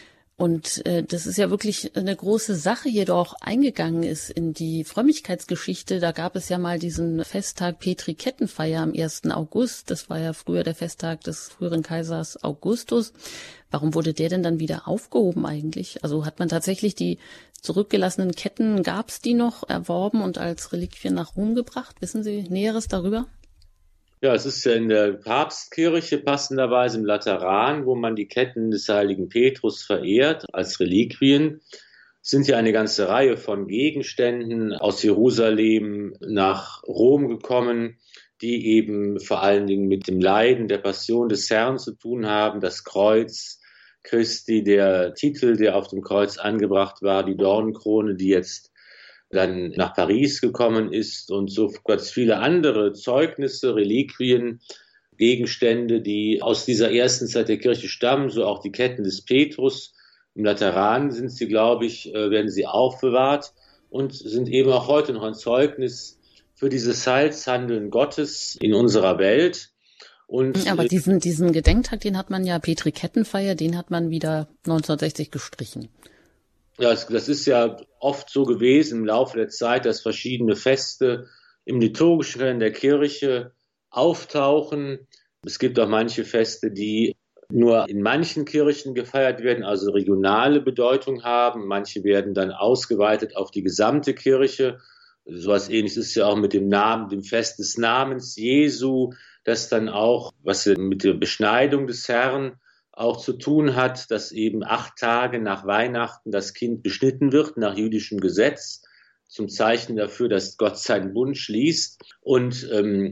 Und das ist ja wirklich eine große Sache hier, der auch eingegangen ist in die Frömmigkeitsgeschichte. Da gab es ja mal diesen Festtag Petri Kettenfeier am 1. August. Das war ja früher der Festtag des früheren Kaisers Augustus. Warum wurde der denn dann wieder aufgehoben eigentlich? Also hat man tatsächlich die zurückgelassenen Ketten, gab es die noch, erworben und als Reliquien nach Rom gebracht? Wissen Sie Näheres darüber? Ja, es ist ja in der Papstkirche passenderweise im Lateran, wo man die Ketten des heiligen Petrus verehrt als Reliquien. Es sind ja eine ganze Reihe von Gegenständen aus Jerusalem nach Rom gekommen, die eben vor allen Dingen mit dem Leiden der Passion des Herrn zu tun haben. Das Kreuz Christi, der Titel, der auf dem Kreuz angebracht war, die Dornenkrone, die jetzt dann nach Paris gekommen ist und so ganz viele andere Zeugnisse, Reliquien, Gegenstände, die aus dieser ersten Zeit der Kirche stammen, so auch die Ketten des Petrus. Im Lateran sind sie, glaube ich, werden sie aufbewahrt und sind eben auch heute noch ein Zeugnis für dieses Heilshandeln Gottes in unserer Welt. Und aber diesen Gedenktag, den hat man ja, Petri Kettenfeier, den hat man wieder 1960 gestrichen. Ja, das ist ja oft so gewesen im Laufe der Zeit, dass verschiedene Feste im liturgischen Kalender der Kirche auftauchen. Es gibt auch manche Feste, die nur in manchen Kirchen gefeiert werden, also regionale Bedeutung haben. Manche werden dann ausgeweitet auf die gesamte Kirche. So etwas Ähnliches ist ja auch mit dem Fest des Namens Jesu, das dann auch, was mit der Beschneidung des Herrn auch zu tun hat, dass eben 8 Tage nach Weihnachten das Kind beschnitten wird, nach jüdischem Gesetz, zum Zeichen dafür, dass Gott seinen Bund schließt. Und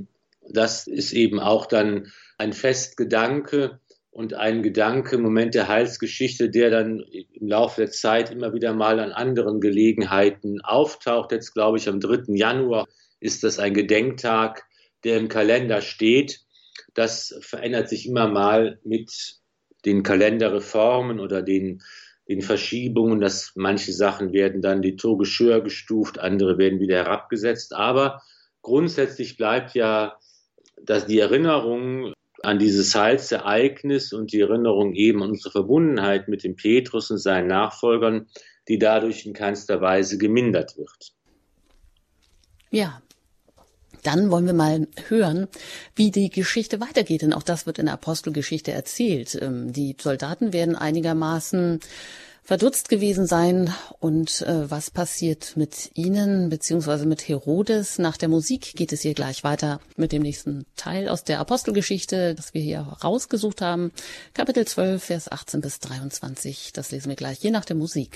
das ist eben auch dann ein Festgedanke und ein Gedanke, Moment der Heilsgeschichte, der dann im Laufe der Zeit immer wieder mal an anderen Gelegenheiten auftaucht. Jetzt, glaube ich, am 3. Januar ist das ein Gedenktag, der im Kalender steht. Das verändert sich immer mal mit den Kalenderreformen oder den Verschiebungen, dass manche Sachen werden dann liturgisch höher gestuft, andere werden wieder herabgesetzt. Aber grundsätzlich bleibt ja, dass die Erinnerung an dieses Heilsereignis und die Erinnerung eben an unsere Verbundenheit mit dem Petrus und seinen Nachfolgern, die dadurch in keinster Weise gemindert wird. Ja. Dann wollen wir mal hören, wie die Geschichte weitergeht, denn auch das wird in der Apostelgeschichte erzählt. Die Soldaten werden einigermaßen verdutzt gewesen sein und was passiert mit ihnen beziehungsweise mit Herodes? Nach der Musik geht es hier gleich weiter mit dem nächsten Teil aus der Apostelgeschichte, das wir hier rausgesucht haben. Kapitel 12, Vers 18 bis 23, das lesen wir gleich, je nach der Musik.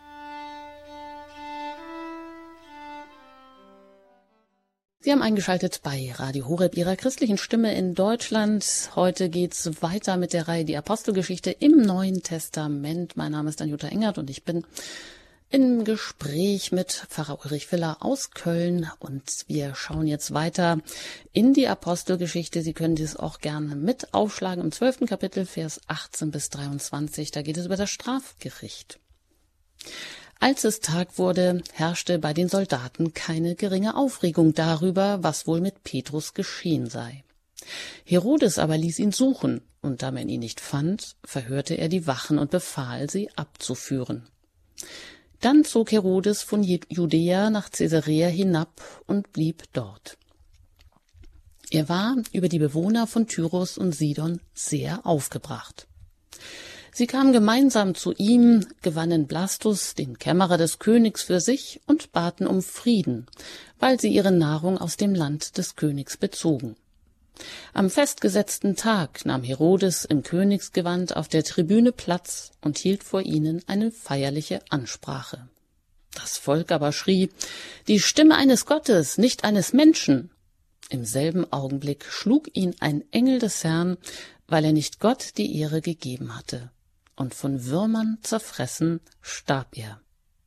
Sie haben eingeschaltet bei Radio Horeb, Ihrer christlichen Stimme in Deutschland. Heute geht's weiter mit der Reihe Die Apostelgeschichte im Neuen Testament. Mein Name ist Anjuta Engert und ich bin im Gespräch mit Pfarrer Ulrich Viller aus Köln. Und wir schauen jetzt weiter in die Apostelgeschichte. Sie können dies auch gerne mit aufschlagen im 12. Kapitel, Vers 18 bis 23. Da geht es über das Strafgericht. Als es Tag wurde, herrschte bei den Soldaten keine geringe Aufregung darüber, was wohl mit Petrus geschehen sei. Herodes aber ließ ihn suchen, und da man ihn nicht fand, verhörte er die Wachen und befahl, sie abzuführen. Dann zog Herodes von Judäa nach Caesarea hinab und blieb dort. Er war über die Bewohner von Tyrus und Sidon sehr aufgebracht. Sie kamen gemeinsam zu ihm, gewannen Blastus, den Kämmerer des Königs, für sich und baten um Frieden, weil sie ihre Nahrung aus dem Land des Königs bezogen. Am festgesetzten Tag nahm Herodes im Königsgewand auf der Tribüne Platz und hielt vor ihnen eine feierliche Ansprache. Das Volk aber schrie: Die Stimme eines Gottes, nicht eines Menschen. Im selben Augenblick schlug ihn ein Engel des Herrn, weil er nicht Gott die Ehre gegeben hatte. Und von Würmern zerfressen starb er.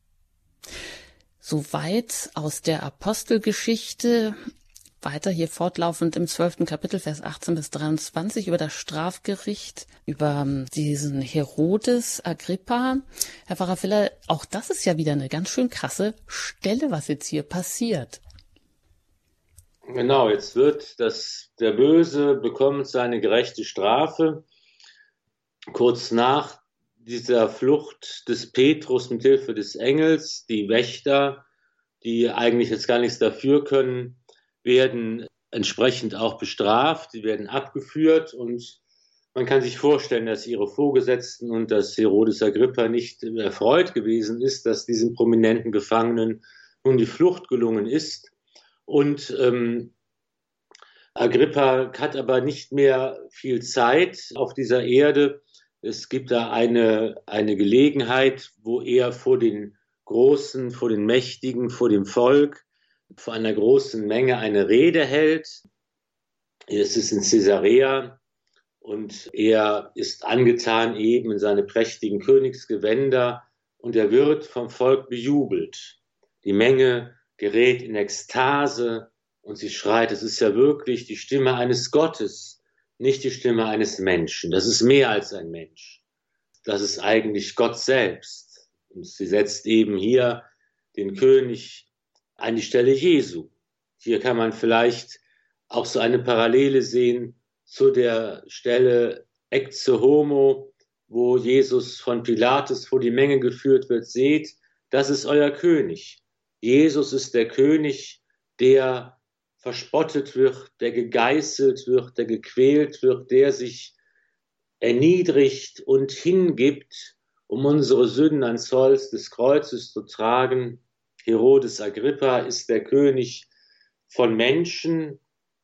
Soweit aus der Apostelgeschichte. Weiter hier fortlaufend im 12. Kapitel, Vers 18 bis 23 über das Strafgericht, über diesen Herodes Agrippa. Herr Pfarrer Filler, auch das ist ja wieder eine ganz schön krasse Stelle, was jetzt hier passiert. Genau, jetzt wird der Böse bekommt seine gerechte Strafe. Kurz nach dieser Flucht des Petrus mit Hilfe des Engels, die Wächter, die eigentlich jetzt gar nichts dafür können, werden entsprechend auch bestraft, sie werden abgeführt und man kann sich vorstellen, dass ihre Vorgesetzten und dass Herodes Agrippa nicht erfreut gewesen ist, dass diesem prominenten Gefangenen nun die Flucht gelungen ist. Und Agrippa hat aber nicht mehr viel Zeit auf dieser Erde. Es gibt da eine Gelegenheit, wo er vor den Großen, vor den Mächtigen, vor dem Volk, vor einer großen Menge eine Rede hält. Es ist in Caesarea und er ist angetan eben in seine prächtigen Königsgewänder und er wird vom Volk bejubelt. Die Menge gerät in Ekstase und sie schreit, es ist ja wirklich die Stimme eines Gottes, nicht die Stimme eines Menschen. Das ist mehr als ein Mensch. Das ist eigentlich Gott selbst. Und sie setzt eben hier den König an die Stelle Jesu. Hier kann man vielleicht auch so eine Parallele sehen zu der Stelle Ecce Homo, wo Jesus von Pilatus vor die Menge geführt wird. Seht, das ist euer König. Jesus ist der König, der verspottet wird, der gegeißelt wird, der gequält wird, der sich erniedrigt und hingibt, um unsere Sünden ans Holz des Kreuzes zu tragen. Herodes Agrippa ist der König von Menschen,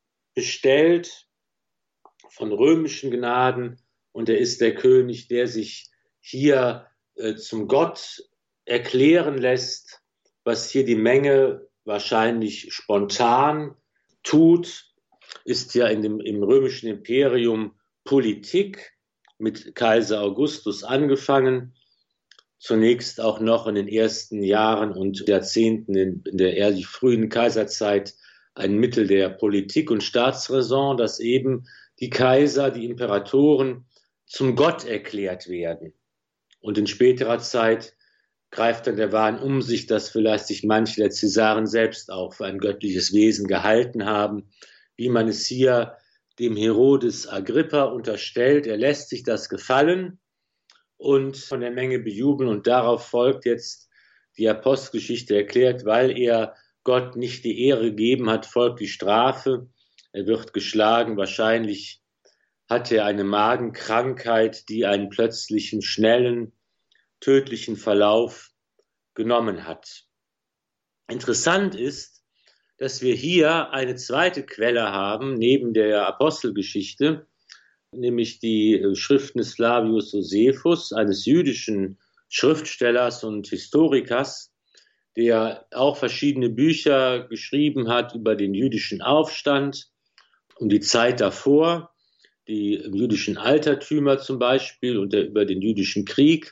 bestellt von römischen Gnaden und er ist der König, der sich hier zum Gott erklären lässt, was hier die Menge wahrscheinlich spontan tut, ist ja im römischen Imperium Politik mit Kaiser Augustus angefangen. Zunächst auch noch in den ersten Jahren und Jahrzehnten in der eher frühen Kaiserzeit ein Mittel der Politik und Staatsräson, dass eben die Kaiser, die Imperatoren zum Gott erklärt werden. Und in späterer Zeit greift dann der Wahn um sich, dass vielleicht sich manche der Cäsaren selbst auch für ein göttliches Wesen gehalten haben, wie man es hier dem Herodes Agrippa unterstellt. Er lässt sich das gefallen und von der Menge bejubeln und darauf folgt jetzt die Apostelgeschichte erklärt, weil er Gott nicht die Ehre gegeben hat, folgt die Strafe. Er wird geschlagen, wahrscheinlich hat er eine Magenkrankheit, die einen plötzlichen, schnellen, tödlichen Verlauf genommen hat. Interessant ist, dass wir hier eine zweite Quelle haben, neben der Apostelgeschichte, nämlich die Schriften des Flavius Josephus, eines jüdischen Schriftstellers und Historikers, der auch verschiedene Bücher geschrieben hat über den jüdischen Aufstand und die Zeit davor, die jüdischen Altertümer zum Beispiel und über den jüdischen Krieg.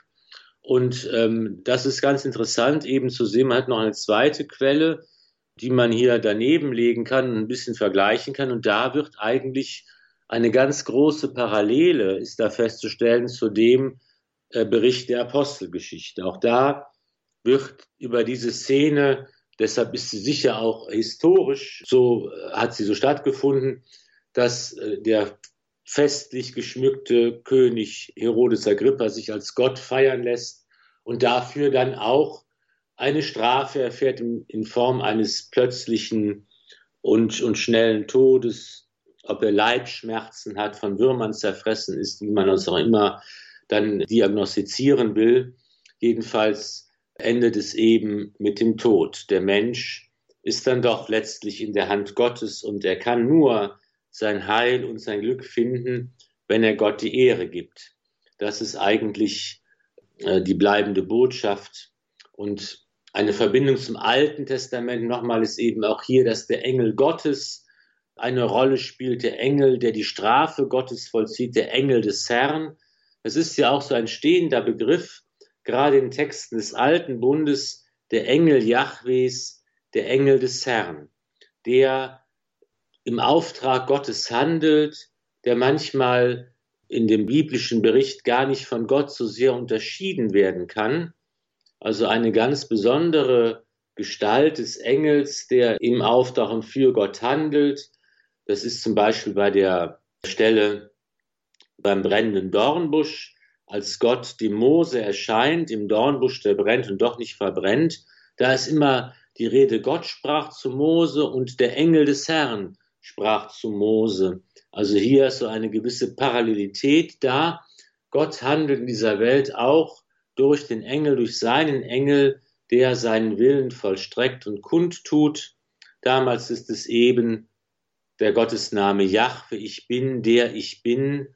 Und das ist ganz interessant eben zu sehen, man hat noch eine zweite Quelle, die man hier daneben legen kann und ein bisschen vergleichen kann. Und da wird eigentlich eine ganz große Parallele, ist da festzustellen, zu dem Bericht der Apostelgeschichte. Auch da wird über diese Szene, deshalb ist sie sicher auch historisch, so hat sie so stattgefunden, dass der festlich geschmückte König Herodes Agrippa sich als Gott feiern lässt und dafür dann auch eine Strafe erfährt in Form eines plötzlichen und schnellen Todes, ob er Leibschmerzen hat, von Würmern zerfressen ist, wie man es auch immer dann diagnostizieren will. Jedenfalls endet es eben mit dem Tod. Der Mensch ist dann doch letztlich in der Hand Gottes und er kann nur sein Heil und sein Glück finden, wenn er Gott die Ehre gibt. Das ist eigentlich die bleibende Botschaft. Und eine Verbindung zum Alten Testament nochmal ist eben auch hier, dass der Engel Gottes eine Rolle spielt, der Engel, der die Strafe Gottes vollzieht, der Engel des Herrn. Es ist ja auch so ein stehender Begriff, gerade in Texten des Alten Bundes, der Engel Jahwes, der Engel des Herrn, der im Auftrag Gottes handelt, der manchmal in dem biblischen Bericht gar nicht von Gott so sehr unterschieden werden kann. Also eine ganz besondere Gestalt des Engels, der im Auftrag und für Gott handelt. Das ist zum Beispiel bei der Stelle beim brennenden Dornbusch, als Gott dem Mose erscheint, im Dornbusch, der brennt und doch nicht verbrennt. Da ist immer die Rede, Gott sprach zu Mose und der Engel des Herrn sprach zu Mose. Also hier ist so eine gewisse Parallelität da. Gott handelt in dieser Welt auch durch den Engel, durch seinen Engel, der seinen Willen vollstreckt und kundtut. Damals ist es eben der Gottesname Jahwe, ich bin der ich bin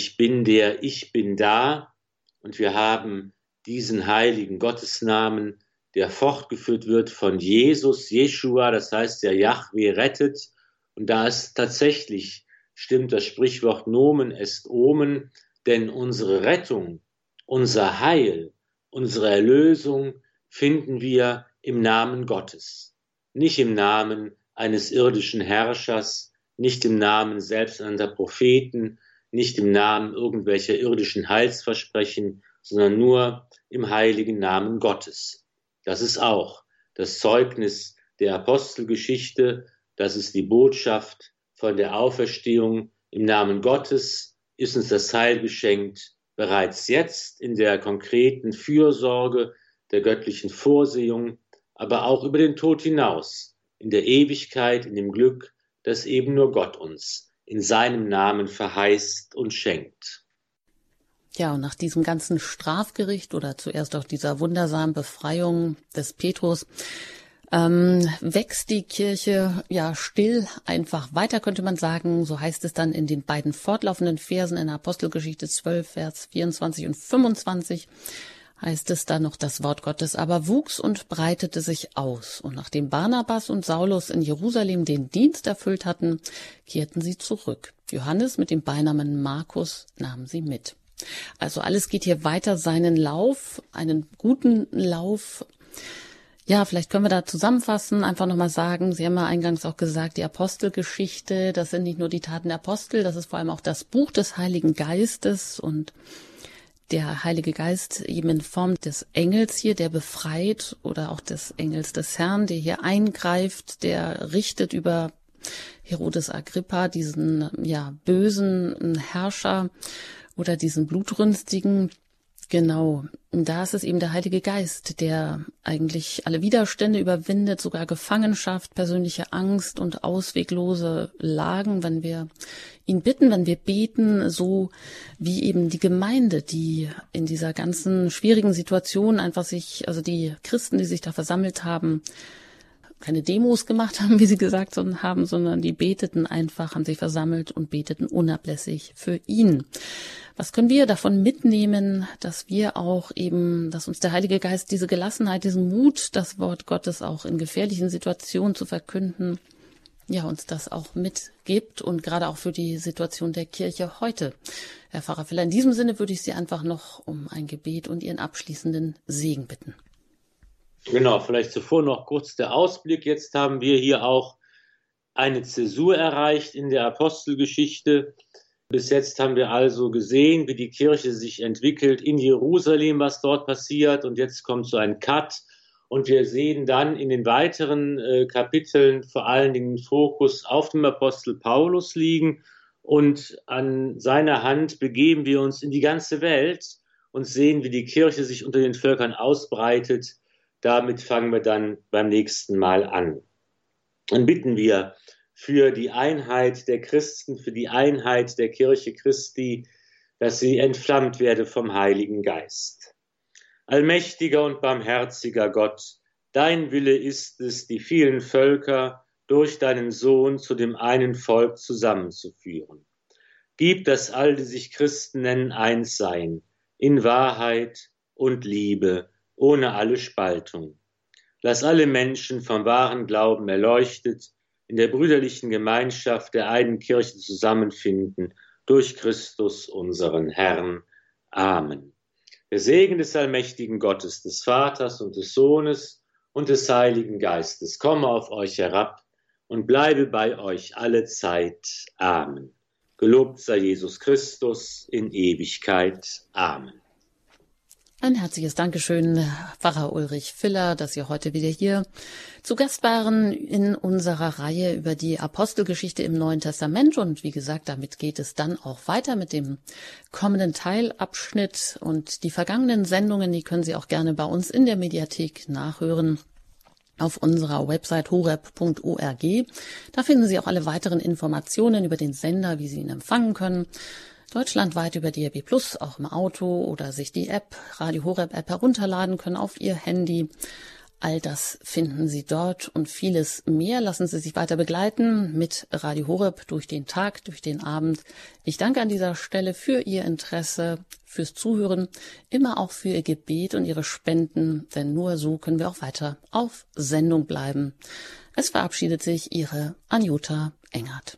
der ich bin da. Und wir haben diesen heiligen Gottesnamen, der fortgeführt wird von Jesus, Jeschua, das heißt, der Jahwe rettet. Und da ist tatsächlich, stimmt das Sprichwort Nomen est Omen, denn unsere Rettung, unser Heil, unsere Erlösung finden wir im Namen Gottes. Nicht im Namen eines irdischen Herrschers, nicht im Namen selbsternannter Propheten, nicht im Namen irgendwelcher irdischen Heilsversprechen, sondern nur im heiligen Namen Gottes. Das ist auch das Zeugnis der Apostelgeschichte, das ist die Botschaft von der Auferstehung. Im Namen Gottes ist uns das Heil geschenkt, bereits jetzt in der konkreten Fürsorge der göttlichen Vorsehung, aber auch über den Tod hinaus, in der Ewigkeit, in dem Glück, das eben nur Gott uns in seinem Namen verheißt und schenkt. Ja, und nach diesem ganzen Strafgericht oder zuerst auch dieser wundersamen Befreiung des Petrus wächst die Kirche ja still einfach weiter, könnte man sagen. So heißt es dann in den beiden fortlaufenden Versen in Apostelgeschichte 12, Vers 24 und 25. Heißt es da noch das Wort Gottes, aber wuchs und breitete sich aus. Und nachdem Barnabas und Saulus in Jerusalem den Dienst erfüllt hatten, kehrten sie zurück. Johannes mit dem Beinamen Markus nahmen sie mit. Also alles geht hier weiter seinen Lauf, einen guten Lauf. Ja, vielleicht können wir da zusammenfassen, einfach nochmal sagen, Sie haben ja eingangs auch gesagt, die Apostelgeschichte, das sind nicht nur die Taten der Apostel, das ist vor allem auch das Buch des Heiligen Geistes und der Heilige Geist eben in Form des Engels hier, der befreit, oder auch des Engels des Herrn, der hier eingreift, der richtet über Herodes Agrippa, diesen bösen Herrscher oder diesen blutrünstigen. Genau, da ist es eben der Heilige Geist, der eigentlich alle Widerstände überwindet, sogar Gefangenschaft, persönliche Angst und ausweglose Lagen, wenn wir ihn bitten, wenn wir beten, so wie eben die Gemeinde, die in dieser ganzen schwierigen Situation einfach die Christen, die sich da versammelt haben, keine Demos gemacht haben, wie sie gesagt haben, sondern die beteten einfach, haben sich versammelt und beteten unablässig für ihn. Was können wir davon mitnehmen, dass wir auch eben, dass uns der Heilige Geist diese Gelassenheit, diesen Mut, das Wort Gottes auch in gefährlichen Situationen zu verkünden, ja, uns das auch mitgibt und gerade auch für die Situation der Kirche heute. Herr Pfarrer Filler, in diesem Sinne würde ich Sie einfach noch um ein Gebet und Ihren abschließenden Segen bitten. Genau, vielleicht zuvor noch kurz der Ausblick. Jetzt haben wir hier auch eine Zäsur erreicht in der Apostelgeschichte. Bis jetzt haben wir also gesehen, wie die Kirche sich entwickelt in Jerusalem, was dort passiert. Und jetzt kommt so ein Cut. Und wir sehen dann in den weiteren Kapiteln vor allen Dingen Fokus auf dem Apostel Paulus liegen. Und an seiner Hand begeben wir uns in die ganze Welt und sehen, wie die Kirche sich unter den Völkern ausbreitet. Damit fangen wir dann beim nächsten Mal an. Dann bitten wir für die Einheit der Christen, für die Einheit der Kirche Christi, dass sie entflammt werde vom Heiligen Geist. Allmächtiger und barmherziger Gott, dein Wille ist es, die vielen Völker durch deinen Sohn zu dem einen Volk zusammenzuführen. Gib, dass all, die sich Christen nennen, eins seien, in Wahrheit und Liebe, ohne alle Spaltung. Lass alle Menschen vom wahren Glauben erleuchtet in der brüderlichen Gemeinschaft der einen Kirche zusammenfinden, durch Christus unseren Herrn. Amen. Der Segen des allmächtigen Gottes, des Vaters und des Sohnes und des Heiligen Geistes komme auf euch herab und bleibe bei euch alle Zeit. Amen. Gelobt sei Jesus Christus in Ewigkeit. Amen. Ein herzliches Dankeschön, Pfarrer Ulrich Filler, dass Sie heute wieder hier zu Gast waren in unserer Reihe über die Apostelgeschichte im Neuen Testament. Und wie gesagt, damit geht es dann auch weiter mit dem kommenden Teilabschnitt. Und die vergangenen Sendungen, die können Sie auch gerne bei uns in der Mediathek nachhören. Auf unserer Website horeb.org. Da finden Sie auch alle weiteren Informationen über den Sender, wie Sie ihn empfangen können. Deutschlandweit über DAB+, auch im Auto oder sich die App, Radio Horeb App herunterladen können auf Ihr Handy. All das finden Sie dort und vieles mehr. Lassen Sie sich weiter begleiten mit Radio Horeb durch den Tag, durch den Abend. Ich danke an dieser Stelle für Ihr Interesse, fürs Zuhören, immer auch für Ihr Gebet und Ihre Spenden, denn nur so können wir auch weiter auf Sendung bleiben. Es verabschiedet sich Ihre Anjuta Engert.